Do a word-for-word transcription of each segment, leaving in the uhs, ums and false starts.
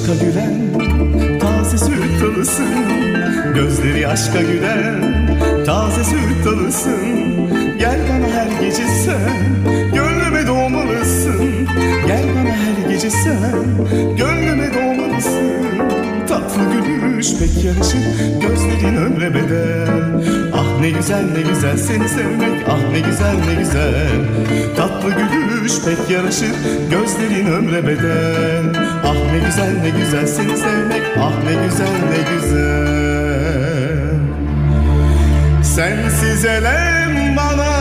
aşka gülen taze süt dalısın. Gözleri aşka gülen taze süt dalısın. Gel bana her gece sen gönlüme doğmalısın. Gel bana her gece sen gönlüme doğmalısın. Tatlı gülüş pek yaraşır gözlerin ömre bedel. Ah ne güzel ne güzel seni sevmek, ah ne güzel ne güzel. Tatlı gülüş pek yaraşır gözlerin ömre bedel. Ah ne güzel ne güzel seni sevmek, ah ne güzel ne güzel. Sensiz elem bana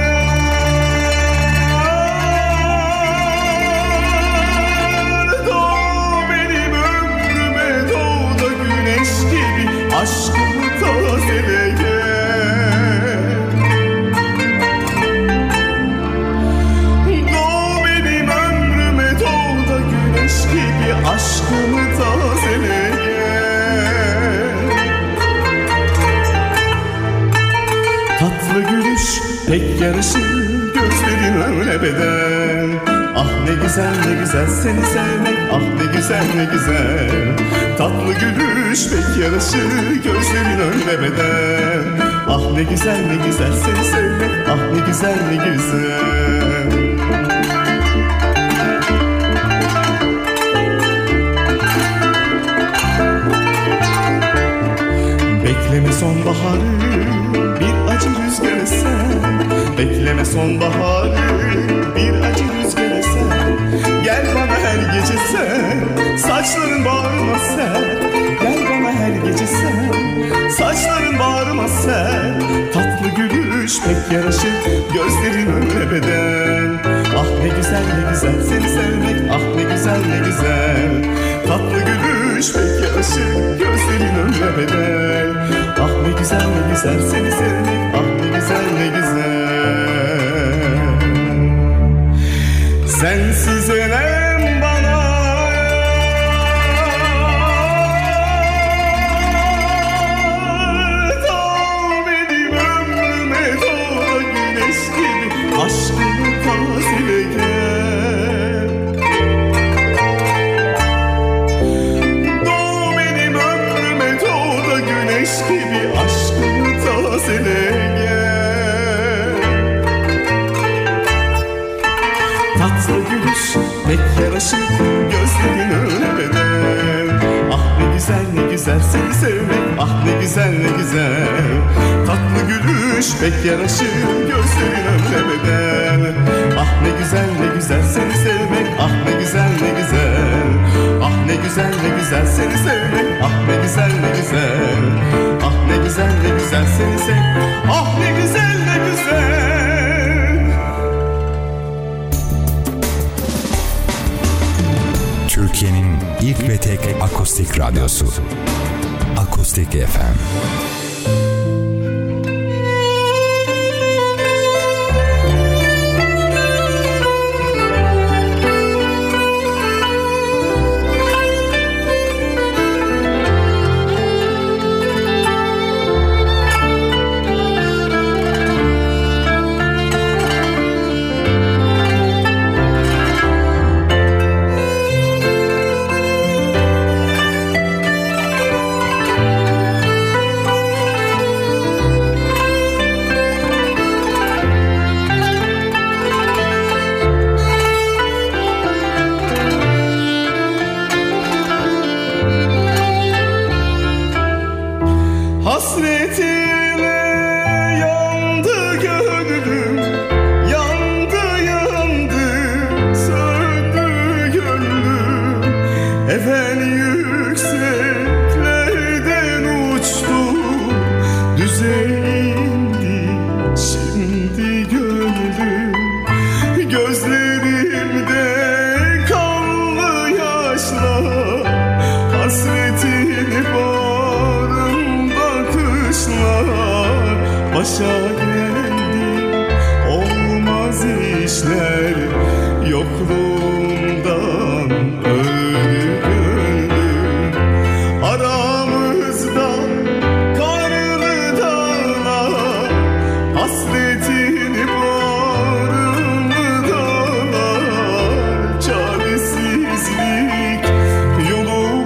aşkımı tazele gel. Doğ benim ömrüme doğ da güneş gibi aşkımı tazele gel. Tatlı gülüş pek yaraşır gözlerin öyle beden. Ah ne güzel ne güzel seni sevmek, ah ne güzel ne güzel. Tatlı gülüş pek yaraşır gözlerin önüne beden. Ah ne güzel ne güzel seni sevmek, ah ne güzel ne güzel. Bekleme sonbaharı bir acı rüzgar esen. Bekleme sonbaharı bir acı rüzgar esen. Gel bana her gece sen saçların bağrıma ser. Gel bana her gece sen saçların bağrıma ser. Tatlı gülüş pek yaraşır gözlerin ömre beden. Ah ne güzel ne güzel seni sevmek, ah ne güzel ne güzel. Tatlı gülüş pek yaraşır gözlerin ömre beden. Ah ne güzel ne güzel seni sevmek, ah ne güzel ne güzel. Sensiz elem bana doğ benim ömrüme doğ da güneş gibi aşkımı tazele gel. Doğ benim ömrüme doğ da güneş gibi aşkımı tazele gel. Tatlı gülüş pek yaraşır gözlerin öyle beden. Ah ne güzel ne güzel seni sevmek, ah ne güzel ne güzel. Tatlı gülüş pek yaraşır gözlerin öyle beden. Ah ne güzel ne güzel seni sevmek, ah ne güzel ne güzel. Ah ne güzel ne güzel seni sevmek, ah ne güzel ne güzel. Ah ne güzel ne güzel seni sevmek, ah ne güzel ne güzel. Türkiye'nin ilk ve tek akustik radyosu Akustik F M. Başa geldi olmaz işler, yokluğundan öldü gönlüm. Aramızda karlı dağlar, hasretini bağrımı dağlar. Çaresizlik yolu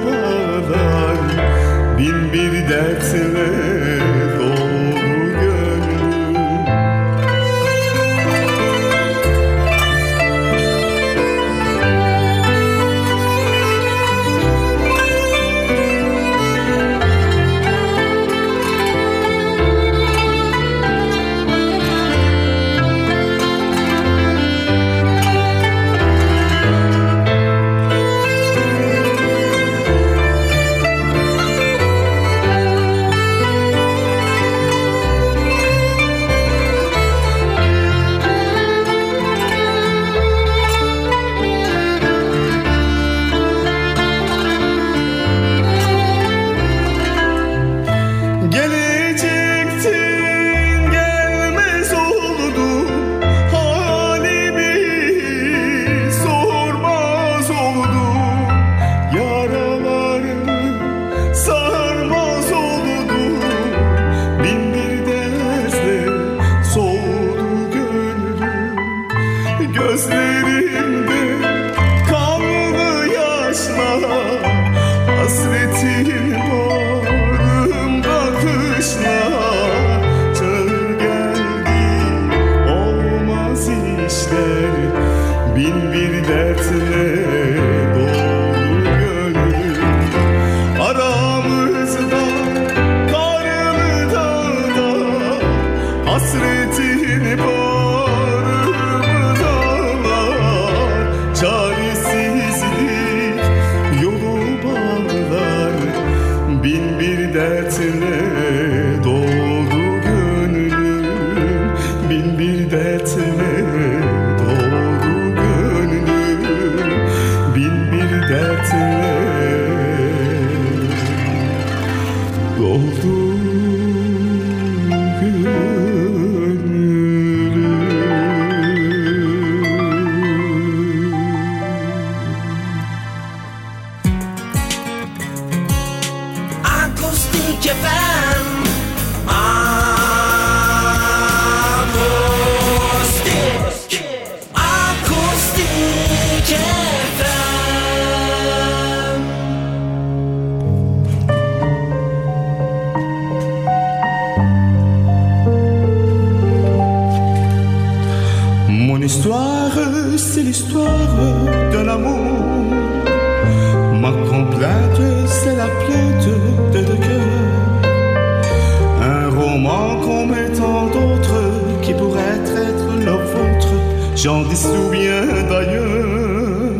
c'est l'histoire d'un amour. Ma complainte, c'est la plainte de deux cœurs. Un roman comme tant d'autres qui pourrait être le vôtre. J'en dis souviens d'ailleurs.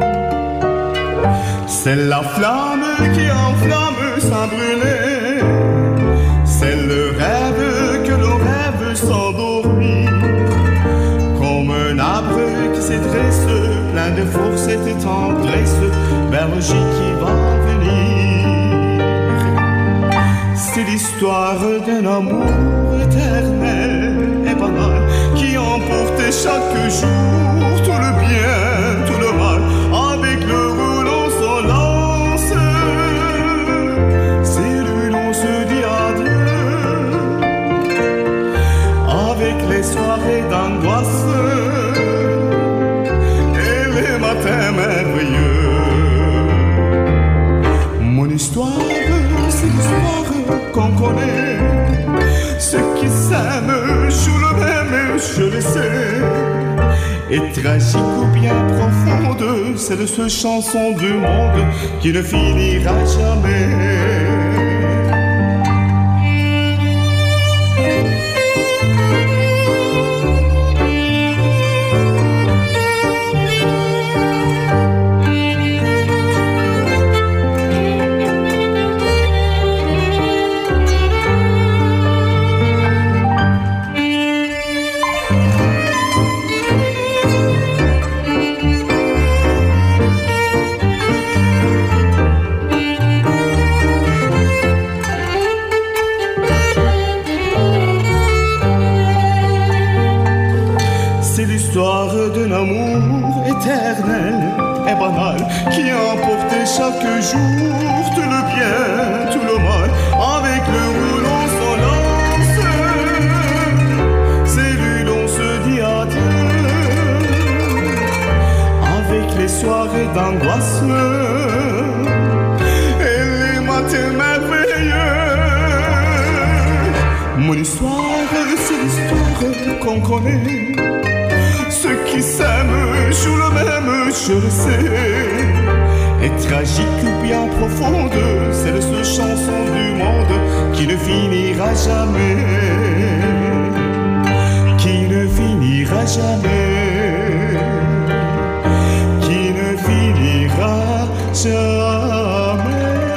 C'est la flamme qui enflamme sans brûler. C'est le rêve que l'on rêve sans dormir. Comme un arbre qui se dresse, plein de force et de tendresse, vers le jour qui va venir. C'est l'histoire d'un amour éternel et banal qui emporte chaque jour tout le bien, tout le mal, avec le rouleau sans lance. C'est lui l'on se dit adieu, avec les soirées d'angoisse et les matins merveilleux. Mon histoire, c'est l'histoire qu'on connaît. Ceux qui s'aiment jouent le même, je le sais. Et tragique ou bien profonde, c'est de ce chanson du monde qui ne finira jamais. L'histoire d'un amour éternel et banal qui emporte chaque jour tout le bien, tout le mal, avec le rouleau sans lance. C'est lui l'on se dit adieu, avec les soirées d'angoisse et les matins merveilleux. Mon histoire, c'est l'histoire qu'on connaît. Ceux qui s'aiment jouent le même, je le sais. Et tragique ou bien profonde, c'est la seule chanson du monde qui ne finira jamais. Qui ne finira jamais. Qui ne finira jamais.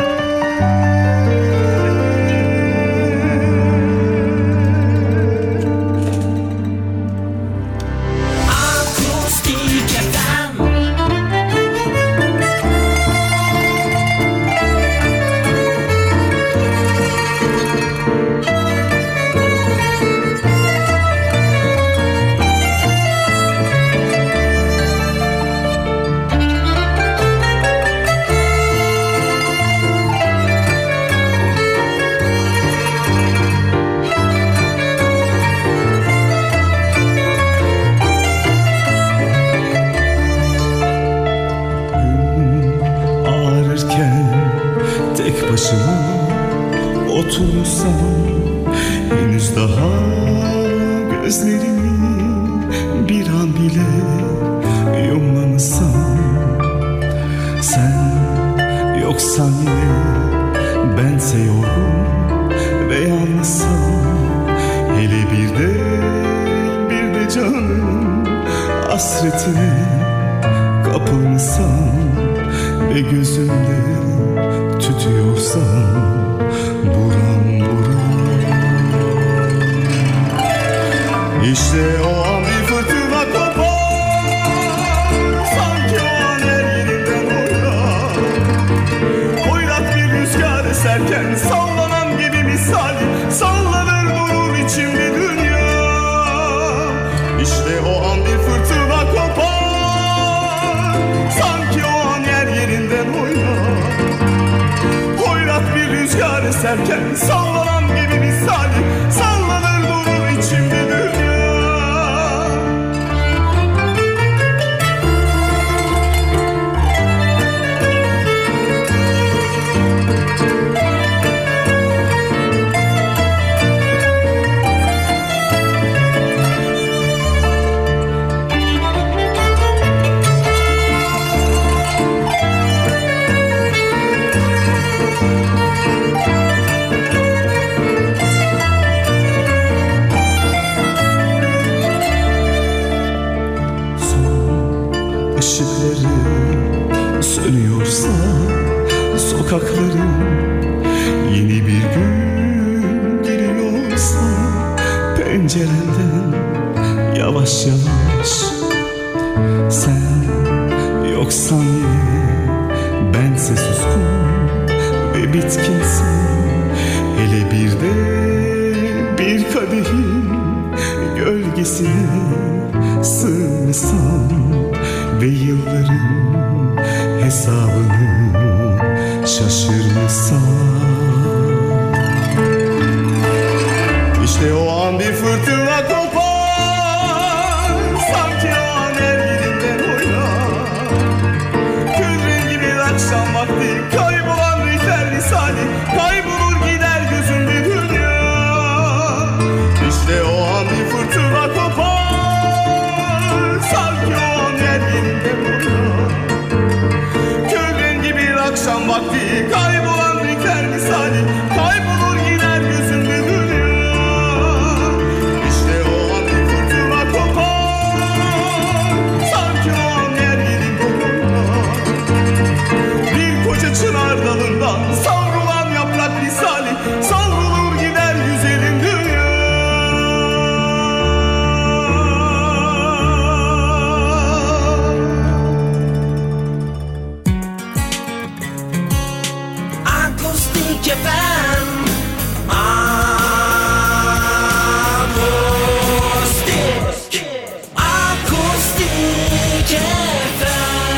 Otursam henüz daha gözlerimi bir an bile yummamışsam. Sen yoksan yine bense yorgun ve yalnızsam. Hele bir de bir de canım hasretine kapılmışsam ve gözümde tütüyorsam buram buram. İşte o an bir fırtına kopar, sanki o an her yerinden oynar. Oynak bir rüzgar eserken sallanan gibi misali sallanır durur içimde dünya. İşte o an bir fırtına kopar, sanki o an her yerinden oynar. Bir rüzgar eserken sallanan gibi misali sallanır durur içimde dünya. sokakların yeni bir gün giriyorsa pencerenden yavaş yavaş. Sen yoksan yine bense suskun ve bitkinsin. Hele bir de bir kadehin gölgesine sığınırsam ve yılların hesabını şaşırırsam, İşte o an bir fırtına kopar, sanki o an her yerinden oynar. Kül rengi bir akşam vakti, kaybolan renkler misali, kaybolur gider gözünde dünya. İşte o an bir fırtına kopar, sanki o an her yerinden oynar. Kül rengi bir akşam vakti, kaybolan renkler misali, kaybolur gider gözünde dünya. Çınar dalından savrulan yaprak misali, savrulur gider güzelim dünya. Akustik F M, Akustik, Akustik F M.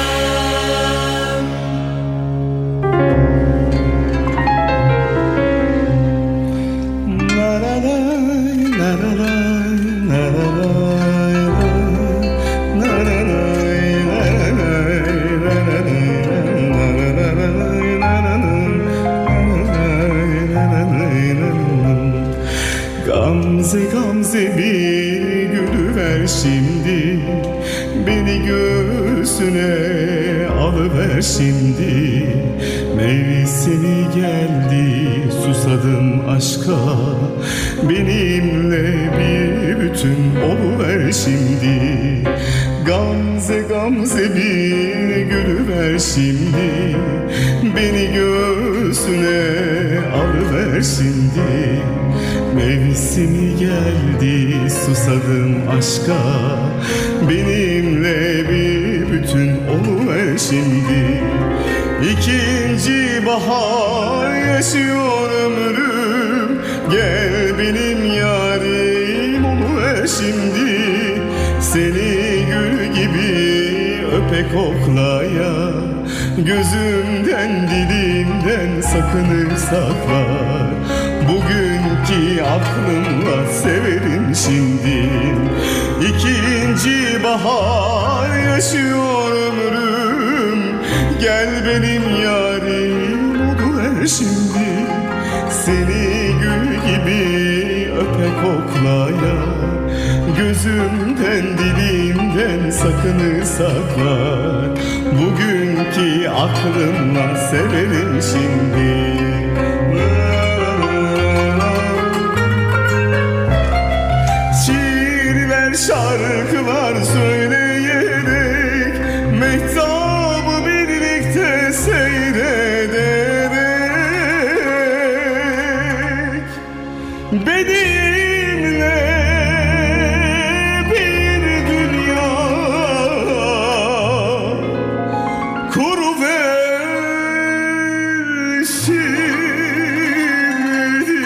Gamze gamze bir gülüver şimdi, beni göğsüne alıver şimdi. Mevsimi geldi, susadım aşka, benimle bir bütün oluver şimdi. Gamze gamze bir gülüver şimdi, beni göğsüne alıver şimdi. Mevsimi geldi, susadım aşka, benimle bir bütün oluver şimdi. İkinci bahar yaşıyor ömrüm, gel benim yarim oluver şimdi. Seni gül gibi öpe koklaya, gözümden dilimden sakınır saklar. Bugünkü aklımla severim şimdi. İkinci bahar yaşıyor ömrüm, gel benim yarim oluver şimdi. Seni gül gibi öpe koklaya, gözümden dilimden sakınır saklar. Bugünkü aklımla severim şimdi. Şiirler, şarkılar söyleyerek, mehtabı birlikte seyrederek, benimle bir dünya kuruver şimdi.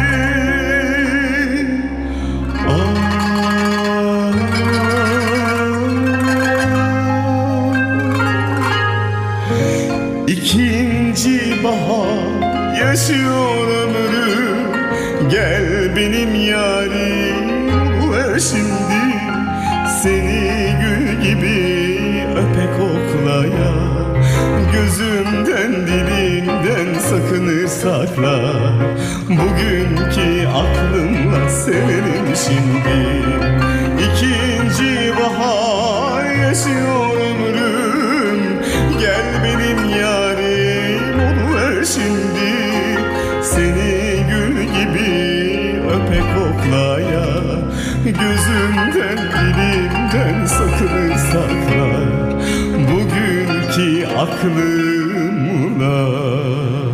İkinci bahar yaşıyor ömrüm, gel benim yarim oluver şimdi. Seni gül gibi öpe koklaya, gözümden dilimden sakınır saklar. Bugünkü aklımla severim şimdi. İkinci bahar yaşıyor ömrüm, gel benim yarim oluver şimdi. Seni gül gibi öpe koklaya, gözümden dilimden sakınır saklar. Bugünkü aklımla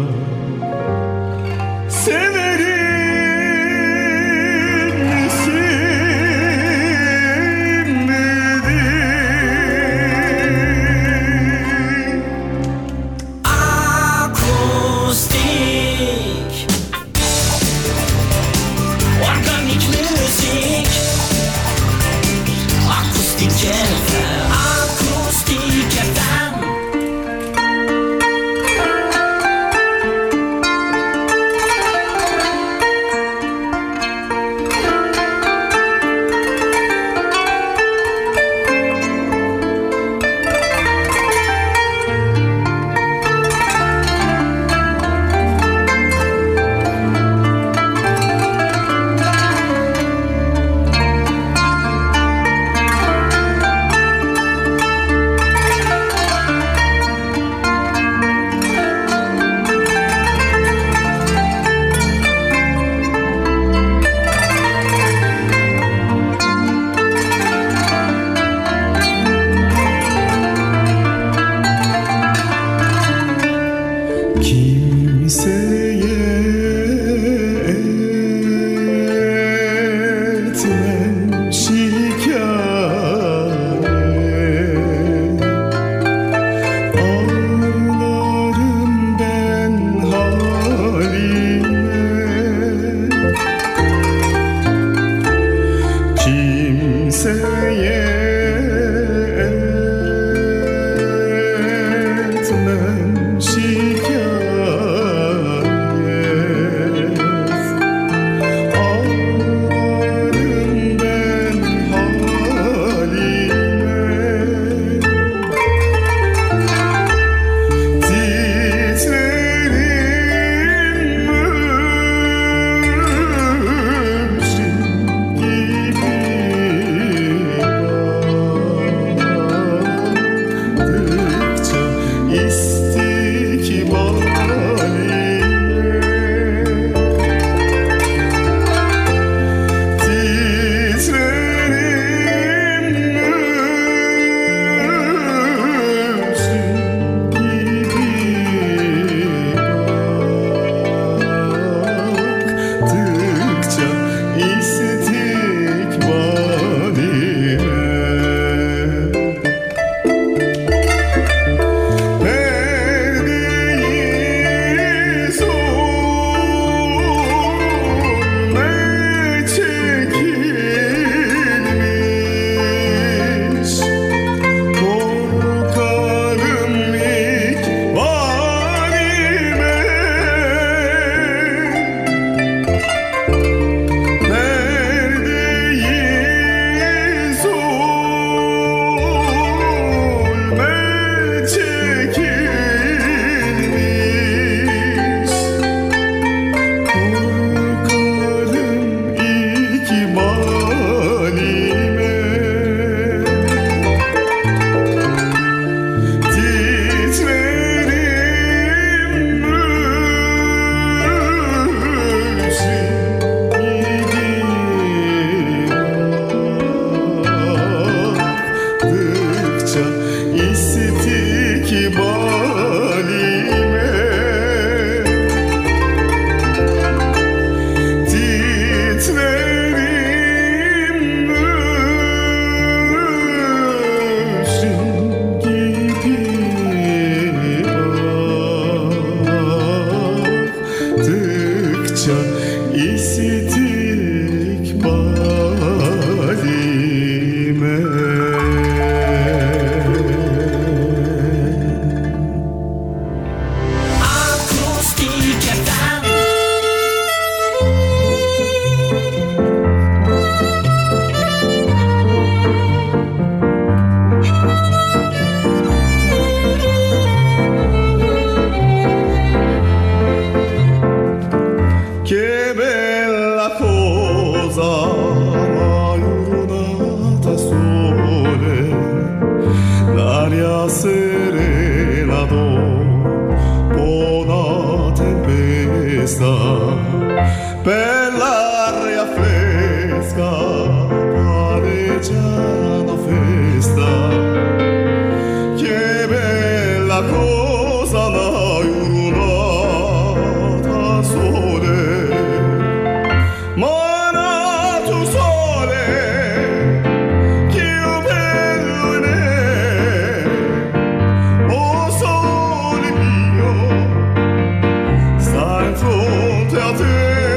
cosa n'hai urunata sole, ma tu sole, che belle, oh sole mio, sta in fronte a te.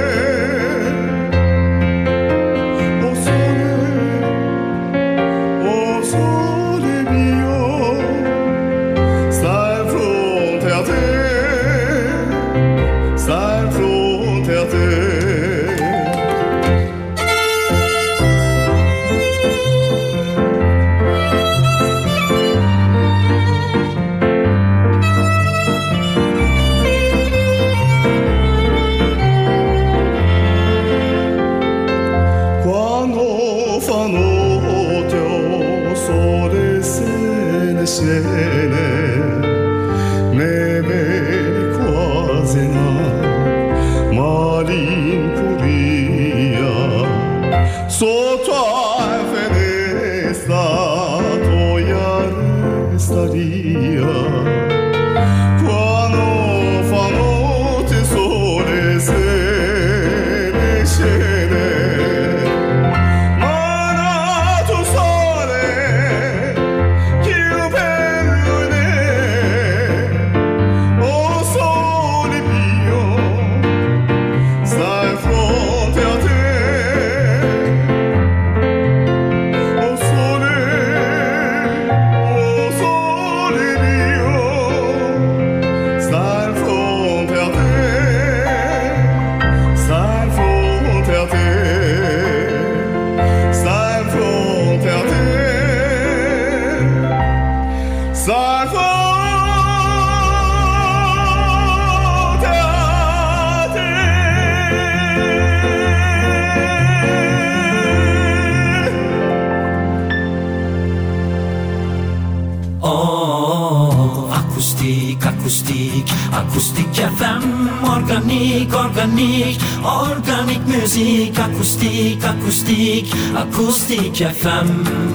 Akustik F M, organik, organik, organik müzik, akustik, akustik, akustik F M,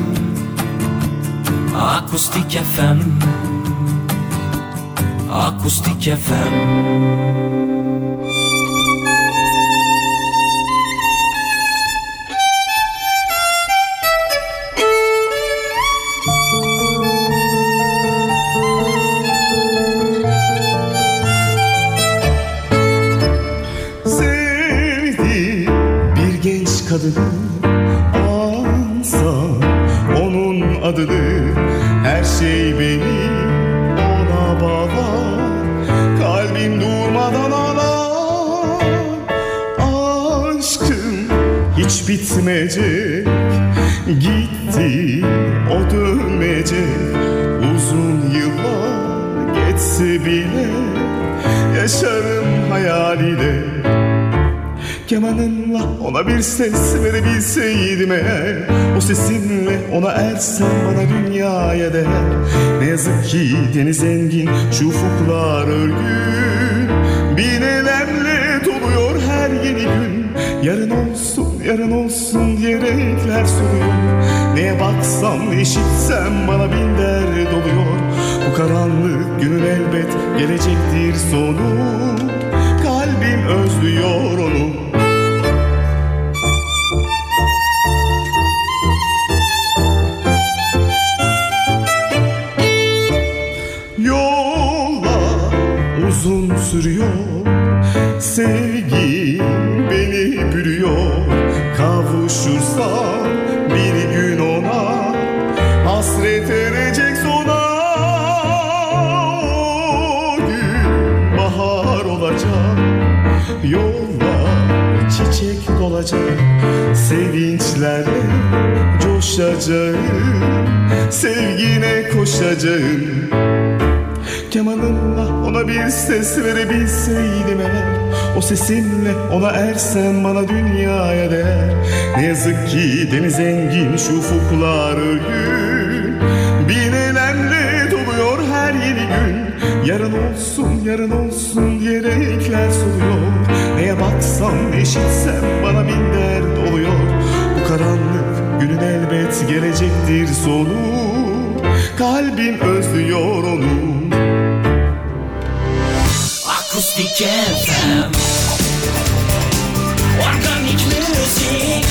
akustik F M, akustik F M. Kadını ansam onun adını, her şey beni ona bağlar, kalbim durmadan ağlar. Aşkım hiç bitmeyecek, gitti o dönmeyecek. Uzun yıllar geçse bile yaşarım hayaliyle. Kemanınla ona bir ses verebilseydim eğer, o sesinle ona ersem bana dünyaya değer. Ne yazık ki deniz engin, şu ufuklar örgün, bin elemle doluyor her yeni gün. Yarın olsun, yarın olsun diyecekler soruyor. Neye baksam, ne işitsem bana bin dert doluyor. Bu karanlık günün elbet gelecektir sonu, kalbim özlüyor onu. Uzun sürüyor, sevgi beni bürüyor. Kavuşursam bir gün ona, hasret erecek sona. O gün bahar olacak, yollar çiçek dolacak. Sevinçlerle coşacağım, sevgine koşacağım. Kemanımla ona bir ses verebilseydim eğer, o sesimle ona ersem bana dünyaya değer. Ne yazık ki deniz engin, şu ufuklar örgün, bin elemle doluyor her yeni gün. Yarın olsun, yarın olsun diyecekler soruyor. Neye baksam, ne işitsem bana bin dert oluyor. Bu karanlık günün elbet gelecektir sonu, kalbim özlüyor onu. Akustik F M. Organik müzik.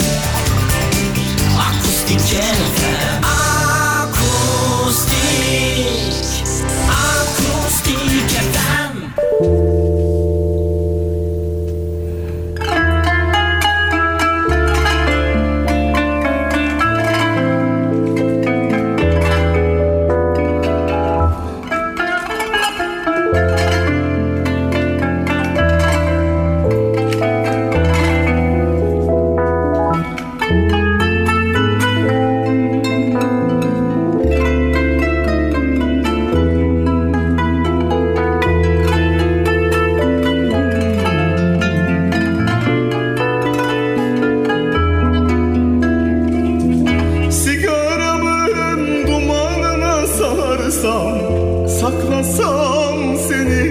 Akustik F M. Akustik. Akustik F M. Saklasam seni,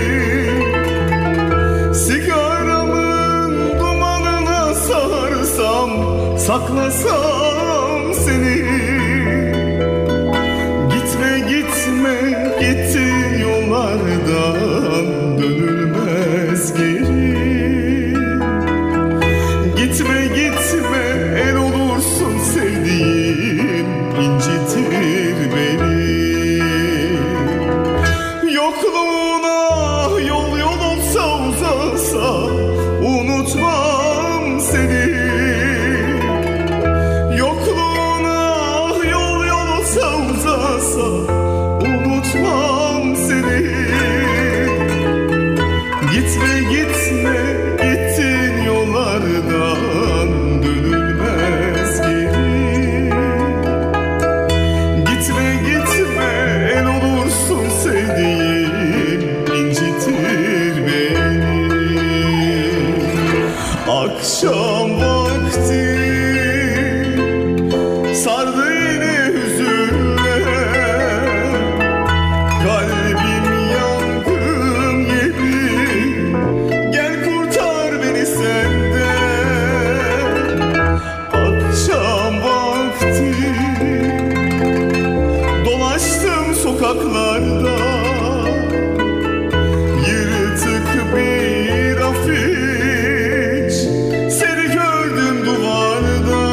sigaramın dumanına sarsam, saklasam seni. Gitme gitme gittin yollardan dönülmez geri. Gitme gitme el olursun sevdiğim, incitir beni. Yokluğuna yol yol olsa uzasa unutmam seni. Yokluğuna yol yol olsa uzasa unutmam seni. Gitme gitme gittin yollardan dönülmez geri. Gitme gitme el olursun sevdiğim, incitir beni. Akşam vakti sardı yine hüzünler, kalbim yangın yeri. Gel kurtar beni senden. Akşam vakti dolaştım sokaklarda, yırtık bir afiş seni gördüm duvarda.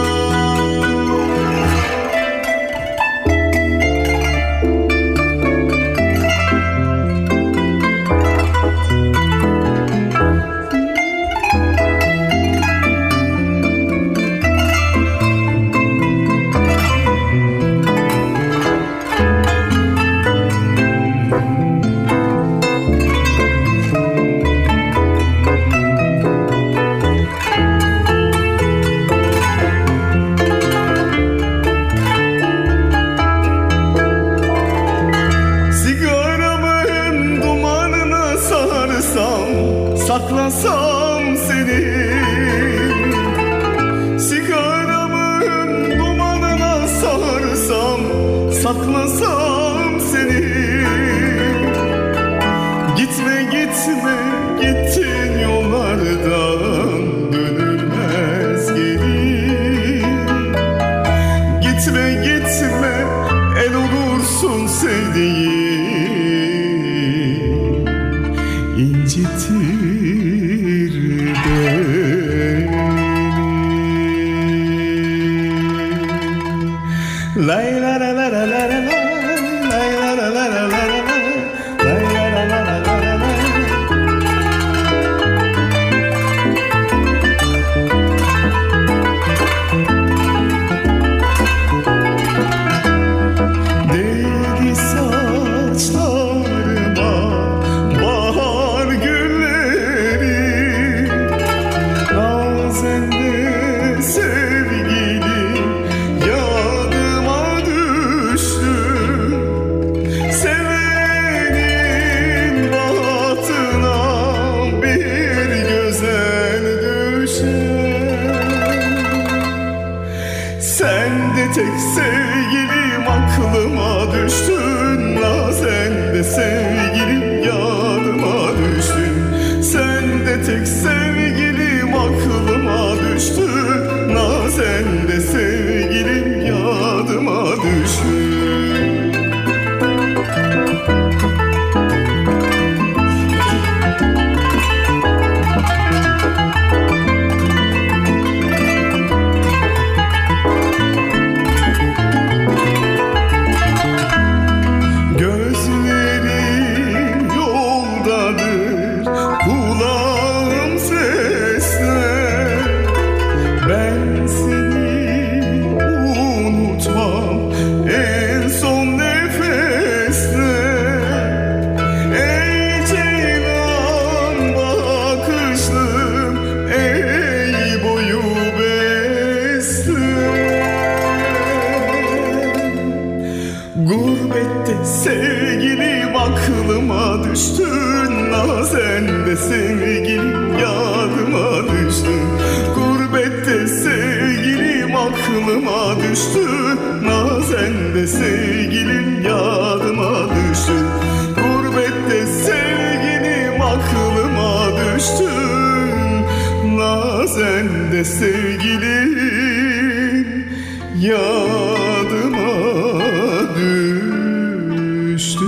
Sigaramın dumanına sarsam, saklasam seni. Sigaramın dumanına sarsam, saklasam seni. Gitme gitme gittin yollardan dönülmez geri. Gitme gitme el olursun sevdiğim, incitir beni. Lay la la la la la la, lay la la la la la la, lay la la la la la la. Değdi saçlarıma bahar gülleri, nazende sevgilim yadıma düştü. Sevenin bahtına bir güzel düşer. Sen de tek sevgilim aklıma düştün, nazen de sevgilim yadıma düştün. Sen de tek sevgilim aklıma düştün, nazen de sevgilim yadıma düştün. sevgilim yadıma düştü. Gurbette sevgilim aklıma düştü. Nazende sevgilim yadıma düştü. Gurbette sevgilim aklıma düştü. Nazende sevgilim yadıma düştü.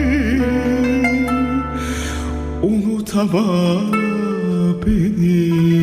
Unutama beni.